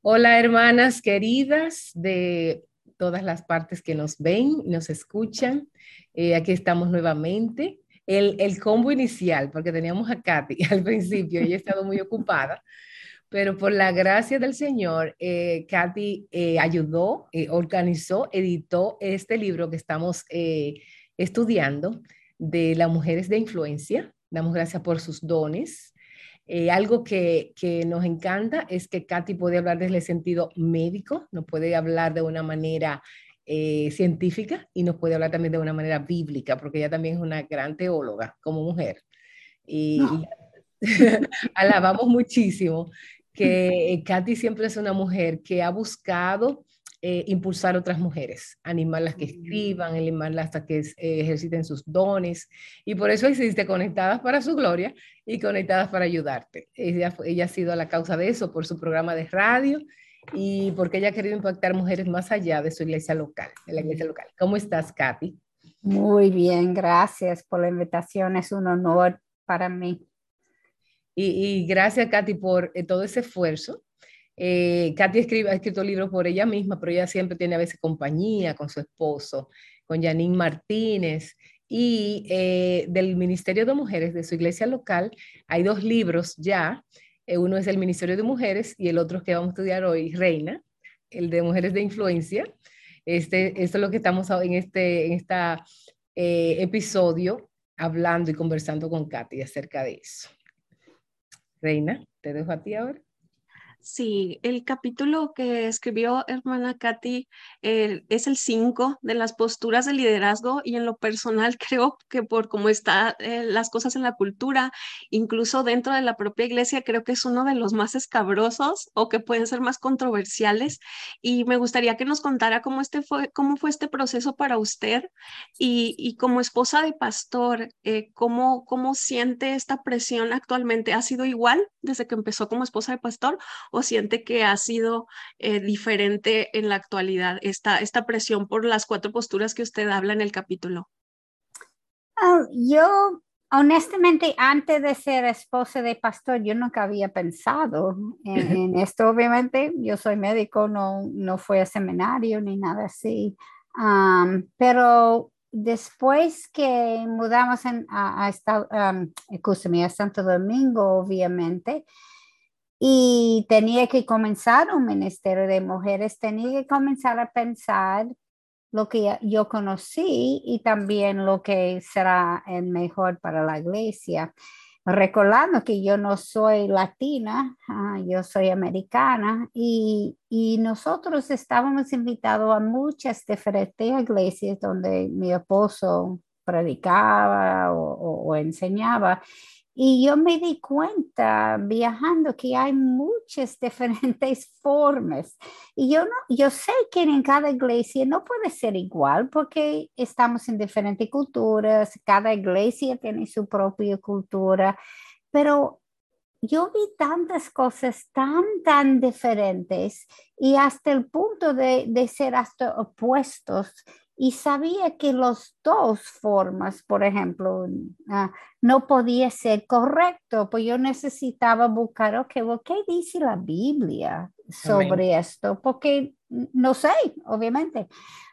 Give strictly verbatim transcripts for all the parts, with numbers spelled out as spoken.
Hola, hermanas queridas de todas las partes que nos ven, nos escuchan. Eh, aquí estamos nuevamente. El, el combo inicial, porque teníamos a Katy al principio, ella ha estado muy ocupada, pero por la gracia del Señor, eh, Katy eh, ayudó, eh, organizó, editó este libro que estamos eh, estudiando de las mujeres de influencia. Damos gracias por sus dones. Eh, algo que, que nos encanta es que Katy puede hablar desde el sentido médico, nos puede hablar de una manera eh, científica y nos puede hablar también de una manera bíblica, porque ella también es una gran teóloga como mujer. Y No. alabamos muchísimo que eh, Katy siempre es una mujer que ha buscado eh, impulsar a otras mujeres, animarlas que escriban, animarlas a que eh, ejerciten sus dones, y por eso existe Conectadas para su Gloria y Conectadas para ayudarte. Ella, fue- ella ha sido la causa de eso por su programa de radio y porque ella ha querido impactar mujeres más allá de su iglesia local, de la iglesia local. ¿Cómo estás, Katy? Muy bien, gracias por la invitación. Es un honor para mí. Y, y gracias, Katy, por eh, todo ese esfuerzo. Eh, Katy escribe, ha escrito libros por ella misma, pero ella siempre tiene a veces compañía con su esposo, con Janine Martínez. Y eh, del Ministerio de Mujeres de su iglesia local hay dos libros ya. Eh, uno es el Ministerio de Mujeres y el otro que vamos a estudiar hoy, Reina, el de Mujeres de Influencia. Este, esto es lo que estamos en este en esta, eh, episodio hablando y conversando con Katy acerca de eso. Reina, te dejo a ti ahora. Sí, el capítulo que escribió hermana Katy eh, es el cinco de las posturas de liderazgo y en lo personal creo que por cómo están las cosas en la cultura, incluso dentro de la propia iglesia, creo que es uno de los más escabrosos o que pueden ser más controversiales y me gustaría que nos contara cómo, este fue, cómo fue este proceso para usted y, y como esposa de pastor, eh, cómo, cómo siente esta presión actualmente. ¿Ha sido igual desde que empezó como esposa de pastor? ¿O siente que ha sido eh, diferente en la actualidad esta, esta presión por las cuatro posturas que usted habla en el capítulo? Ah, yo, honestamente, antes de ser esposa de pastor, yo nunca había pensado en, en esto. Obviamente, yo soy médico, no, no fui a seminario ni nada así. Am, pero después que mudamos en, a, a, esta- am, escúchame, a Santo Domingo, obviamente, y tenía que comenzar un ministerio de mujeres, tenía que comenzar a pensar lo que ya- yo conocí y también lo que será el mejor para la iglesia. Recordando que yo no soy latina, ah, yo soy americana y, y nosotros estábamos invitados a muchas diferentes iglesias donde mi esposo predicaba o, o- o enseñaba. Y yo me di cuenta viajando que hay muchas diferentes formas. Y yo no, yo sé que en cada iglesia no puede ser igual porque estamos en diferentes culturas, cada iglesia tiene su propia cultura, pero yo vi tantas cosas tan, tan diferentes y hasta el punto de, de ser hasta opuestos. Y sabía que los dos formas, por ejemplo, ah, no podía ser correcto, pues yo necesitaba buscar, ok, well, ¿qué dice la Biblia Amén. sobre esto? Porque no sé, obviamente.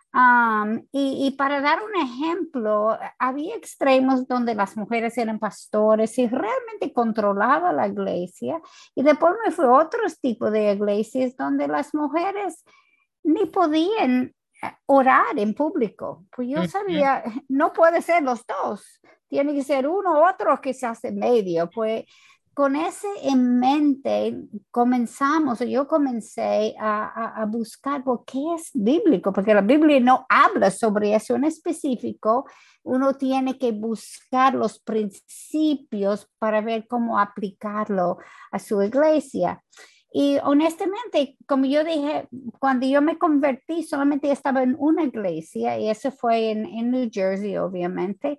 Um, y, y para dar un ejemplo, había extremos donde las mujeres eran pastores y realmente controlaba la iglesia. Y después me fui a otros tipos de iglesias donde las mujeres ni podían eh, orar en público. Pues yo Ujú. sabía, no puede ser los dos. Tiene que ser uno u otro que se hace medio. Pues con ese en mente comenzamos, yo comencé a, a, a buscar por qué es bíblico, porque la Biblia no habla sobre eso en específico. Uno tiene que buscar los principios para ver cómo aplicarlo a su iglesia. Y honestamente, como yo dije, cuando yo me convertí, solamente estaba en una iglesia y eso fue en, en New Jersey, obviamente.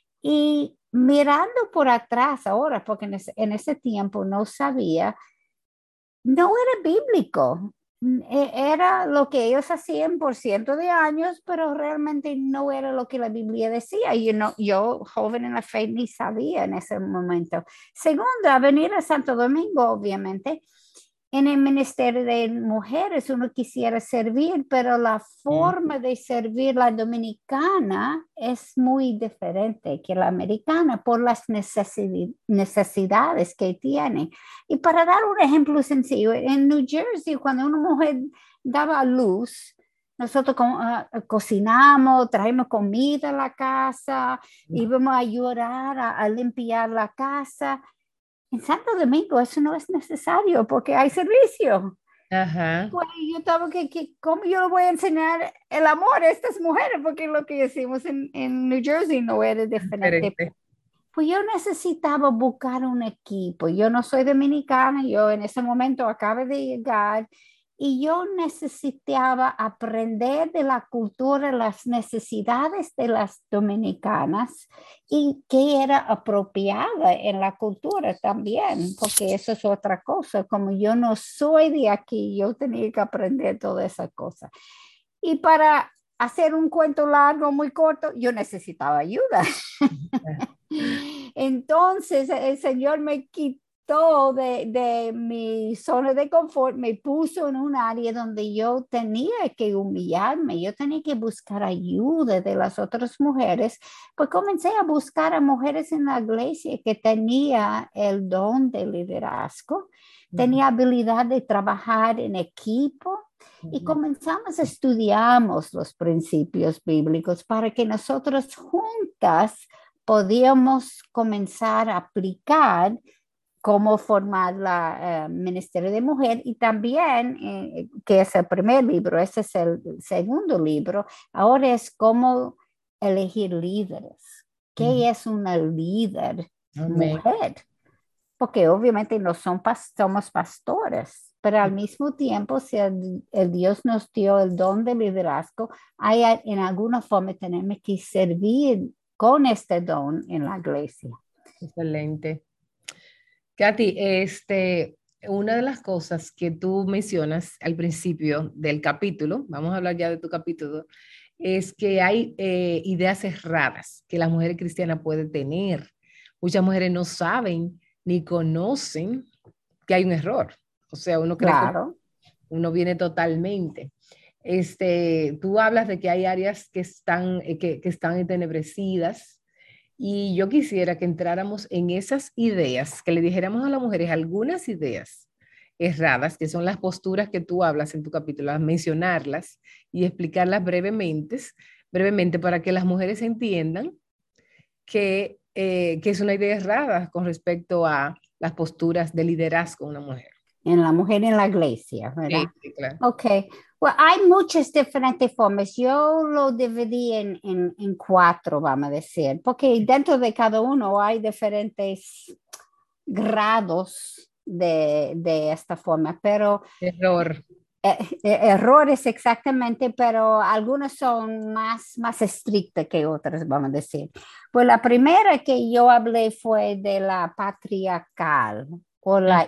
Y mirando por atrás ahora, porque en ese, en ese tiempo no sabía, no era bíblico. E- Era lo que ellos hacían por cientos de años, pero realmente no era lo que la Biblia decía. Y no, yo, joven en la fe, ni sabía en ese momento. Segundo, a venir a Santo Domingo, obviamente. en el ministerio de mujeres uno quisiera servir, pero la forma de servir la dominicana es muy diferente que la americana por las necesidades que tiene. Y para dar un ejemplo sencillo, en New Jersey, cuando una mujer daba a luz, nosotros co uh, cocinamos, traemos comida a la casa, íbamos a ayudar a, a limpiar la casa. En Santo Domingo eso no es necesario porque hay servicio. Ajá. Pues yo estaba que, que, ¿cómo yo le voy a enseñar el amor a estas mujeres? Porque lo que hicimos en, en New Jersey no era diferente. Diferente. Pues yo necesitaba buscar un equipo. Yo no soy dominicana, yo en ese momento acabo de llegar y yo necesitaba aprender de la cultura, las necesidades de las dominicanas y qué era apropiada en la cultura también, porque eso es otra cosa. Como yo no soy de aquí, yo tenía que aprender toda esa cosa. Y para hacer un cuento largo, muy corto, yo necesitaba ayuda. Entonces el Señor me quitó de, de mi zona de confort, me puso en un área donde yo tenía que humillarme, yo tenía que buscar ayuda de las otras mujeres, pues comencé a buscar a mujeres en la iglesia que tenía el don de liderazgo, tenía habilidad de trabajar en equipo. Y comenzamos a estudiar los principios bíblicos para que nosotros juntas podíamos comenzar a aplicar cómo formar la uh, Ministerio de Mujer y también, eh, que es el primer libro, ese es el segundo libro, ahora es cómo elegir líderes. ¿Qué uh-huh. es una líder Amén. Mujer? Porque obviamente no son pas- somos pastores, pero al mismo tiempo, si el, el Dios nos dio el don de liderazgo, hay, en alguna forma tenemos que servir con este don en la iglesia. Excelente. Katy, este, una de las cosas que tú mencionas al principio del capítulo, vamos a hablar ya de tu capítulo, es que hay eh, ideas erradas que la mujer cristiana puede tener. Muchas mujeres no saben ni conocen que hay un error. O sea, uno cree claro. que uno viene totalmente. Este, tú hablas de que hay áreas que están, eh, que, que están entenebrecidas. Y yo quisiera que entráramos en esas ideas, que le dijéramos a las mujeres algunas ideas erradas, que son las posturas que tú hablas en tu capítulo, mencionarlas y explicarlas brevemente, brevemente para que las mujeres entiendan que, eh, que es una idea errada con respecto a las posturas de liderazgo de una mujer. En la mujer en la iglesia, ¿verdad? Sí, sí, claro. Ok. Bueno, hay muchas diferentes formas. Yo lo dividí en, en, en cuatro, vamos a decir, porque dentro de cada uno hay diferentes grados de, de esta forma, pero... Error. Eh, eh, errores exactamente, pero algunos son más, más estrictas que otras, vamos a decir. Pues la primera que yo hablé fue de la patriarcal o la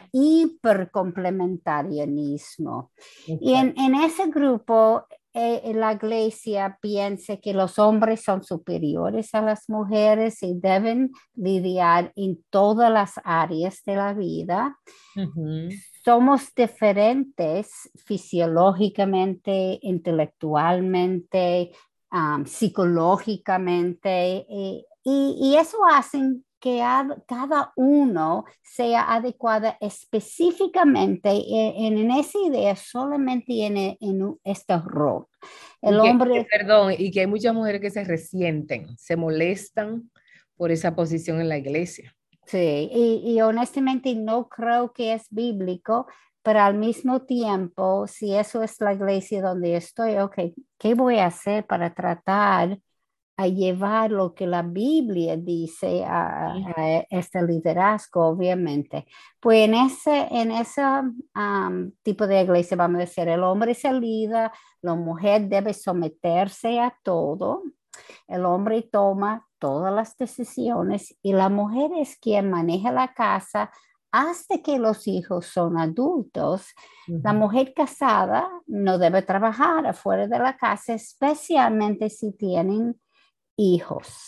hipercomplementarianismo. Okay. Y en, en ese grupo, eh, la iglesia piensa que los hombres son superiores a las mujeres y deben lidiar en todas las áreas de la vida. Uh-huh. Somos diferentes fisiológicamente, intelectualmente, um, psicológicamente, y, y, y eso hace que cada uno sea adecuada específicamente en, en esa idea, solamente en, en este rol. El y que, hombre... que, perdón, y que hay muchas mujeres que se resienten, se molestan por esa posición en la iglesia. Sí, y, y honestamente no creo que es bíblico, pero al mismo tiempo, si eso es la iglesia donde estoy, ok, ¿qué voy a hacer para tratar a llevar lo que la Biblia dice a, a este liderazgo, obviamente? Pues en ese, en ese um, tipo de iglesia, vamos a decir, el hombre es el líder, la mujer debe someterse a todo, el hombre toma todas las decisiones y la mujer es quien maneja la casa hasta que los hijos son adultos. Uh-huh. La mujer casada no debe trabajar afuera de la casa, especialmente si tienen hijos.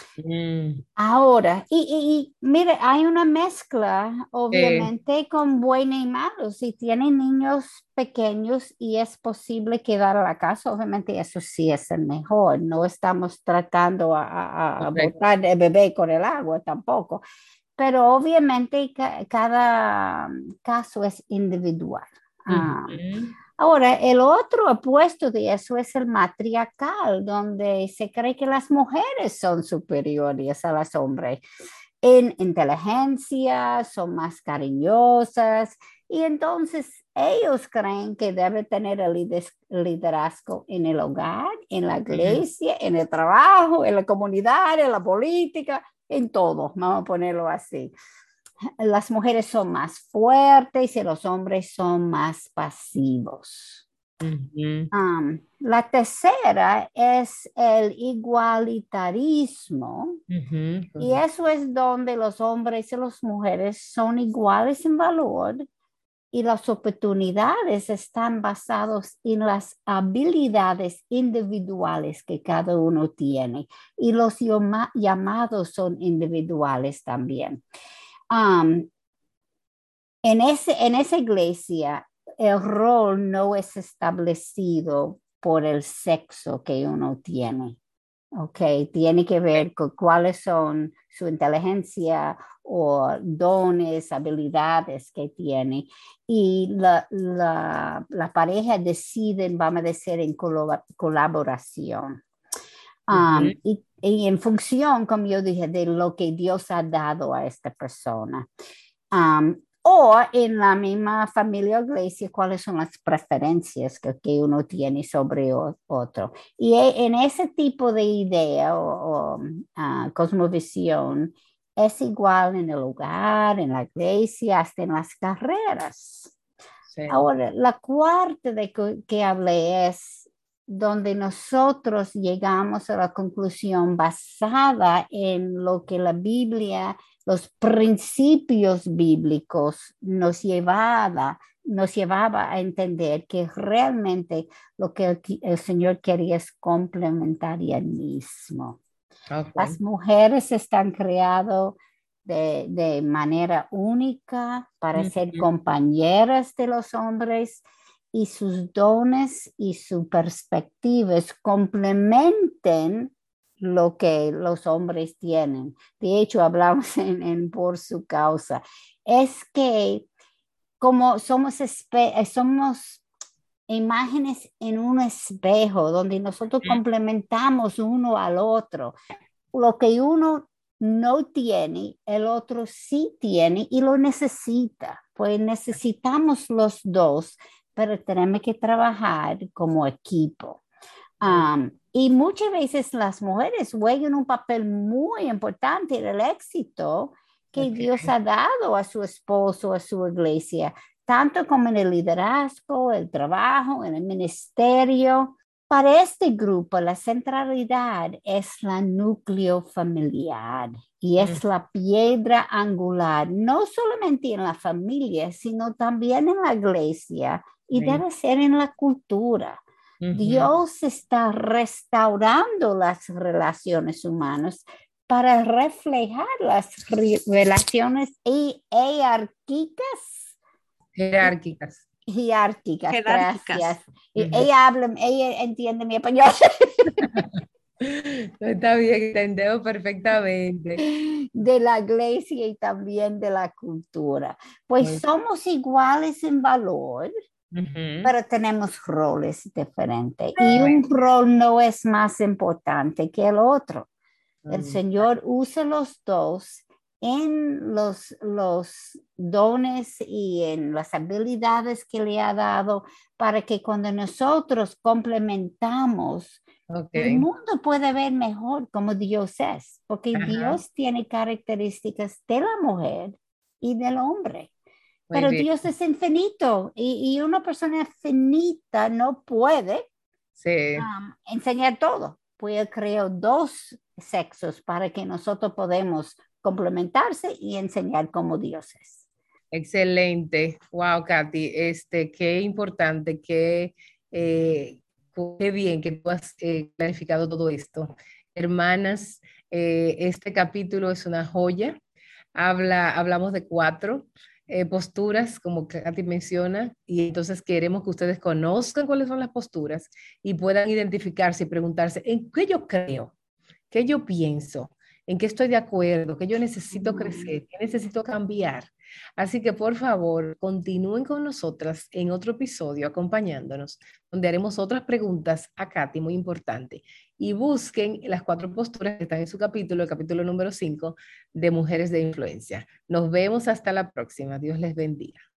Mm, Ahora, y, y- y mire, hay una mezcla, eh, obviamente, con bueno y malo. Si tienen niños pequeños y es posible quedar a la casa, obviamente eso sí es el mejor. No estamos tratando a, a- a correcto. botar el bebé con el agua tampoco, pero obviamente ca- cada caso es individual. Ah, Ujú, ahora, el otro opuesto de eso es el matriarcal, donde se cree que las mujeres son superiores a los hombres en inteligencia, son más cariñosas y entonces ellos creen que debe tener el lides- liderazgo en el hogar, en la ujú. iglesia, en el trabajo, en la comunidad, en la política, en todo, vamos a ponerlo así. Las mujeres son más fuertes y los hombres son más pasivos. Ujú, Um, la tercera es el igualitarismo, ujú, y correcto. eso es donde los hombres y las mujeres son iguales en valor y las oportunidades están basadas en las habilidades individuales que cada uno tiene y los llama- llamados son individuales también. Um, en ese, en esa iglesia, el rol no es establecido por el sexo que uno tiene. Ok, tiene que ver con cuáles son su inteligencia o dones, habilidades que tiene. Y la, la, la pareja deciden, vamos a decir, en colaboración. Ujú, Um, y, y, en función, como yo dije, de lo que Dios ha dado a esta persona. Um, o en la misma familia o iglesia, cuáles son las preferencias que, que uno tiene sobre o, otro. Y e, en ese tipo de idea o, o uh, cosmovisión, es igual en el hogar, en la iglesia, hasta en las carreras. sí. Ahora, la cuarta de que, que hablé es donde nosotros llegamos a la conclusión basada en lo que la Biblia, los principios bíblicos nos llevaba, nos llevaba a entender que realmente lo que el, el Señor quería es complementarianismo. Las Ok. mujeres están creadas de, de manera única para ser Ujú, compañeras de los hombres y sus dones y sus perspectivas complementen lo que los hombres tienen. De hecho, hablamos en, en Por su causa. Es que como somos, espe- somos imágenes en un espejo donde nosotros complementamos uno al otro, lo que uno no tiene, el otro sí tiene y lo necesita. Pues necesitamos los dos, pero tenemos que trabajar como equipo. ujú. Um, y muchas veces las mujeres juegan un papel muy importante en el éxito que Ok. Dios ha dado a su esposo, a su iglesia, tanto como en el liderazgo, el trabajo, en el ministerio. Para este grupo, la centralidad es la núcleo familiar y Mm, es la piedra angular, no solamente en la familia, sino también en la iglesia y sí. debe ser en la cultura. Ujú. Dios está restaurando las relaciones humanas para reflejar las re- relaciones hi- jerárquicas. Jerárquicas. Jerárquicas, Jerárquicas. gracias. Y Ujú. ella habla, ella entiende mi español. No, está bien, entendemos perfectamente. De la iglesia y también de la cultura. Pues Muy somos iguales en valor, Ujú. pero tenemos roles diferentes y un rol no es más importante que el otro. El Mm, Señor usa los dos en los, los dones y en las habilidades que le ha dado para que cuando nosotros complementamos, el ok. mundo puede ver mejor como Dios es, porque Ajá. Dios tiene características de la mujer y del hombre. Muy Pero bien. Dios es infinito y, y una persona finita no puede Sí. um, enseñar todo. Pues él creó dos sexos para que nosotros podamos complementarse y enseñar como Dios es. Excelente. Wow, Katy, este, qué importante, qué, eh, qué bien que tú has eh, clarificado todo esto. Hermanas, Eh, este capítulo es una joya. Habla, hablamos de cuatro eh, posturas, como Katy menciona, y entonces queremos que ustedes conozcan cuáles son las posturas y puedan identificarse y preguntarse, ¿en qué yo creo? ¿Qué yo pienso? ¿En qué estoy de acuerdo? ¿Qué yo necesito crecer? ¿Qué necesito cambiar? Así que por favor, continúen con nosotras en otro episodio acompañándonos, donde haremos otras preguntas a Katy muy importante. Y busquen las cuatro posturas que están en su capítulo, el capítulo número cinco de Mujeres de Influencia. Nos vemos hasta la próxima. Dios les bendiga.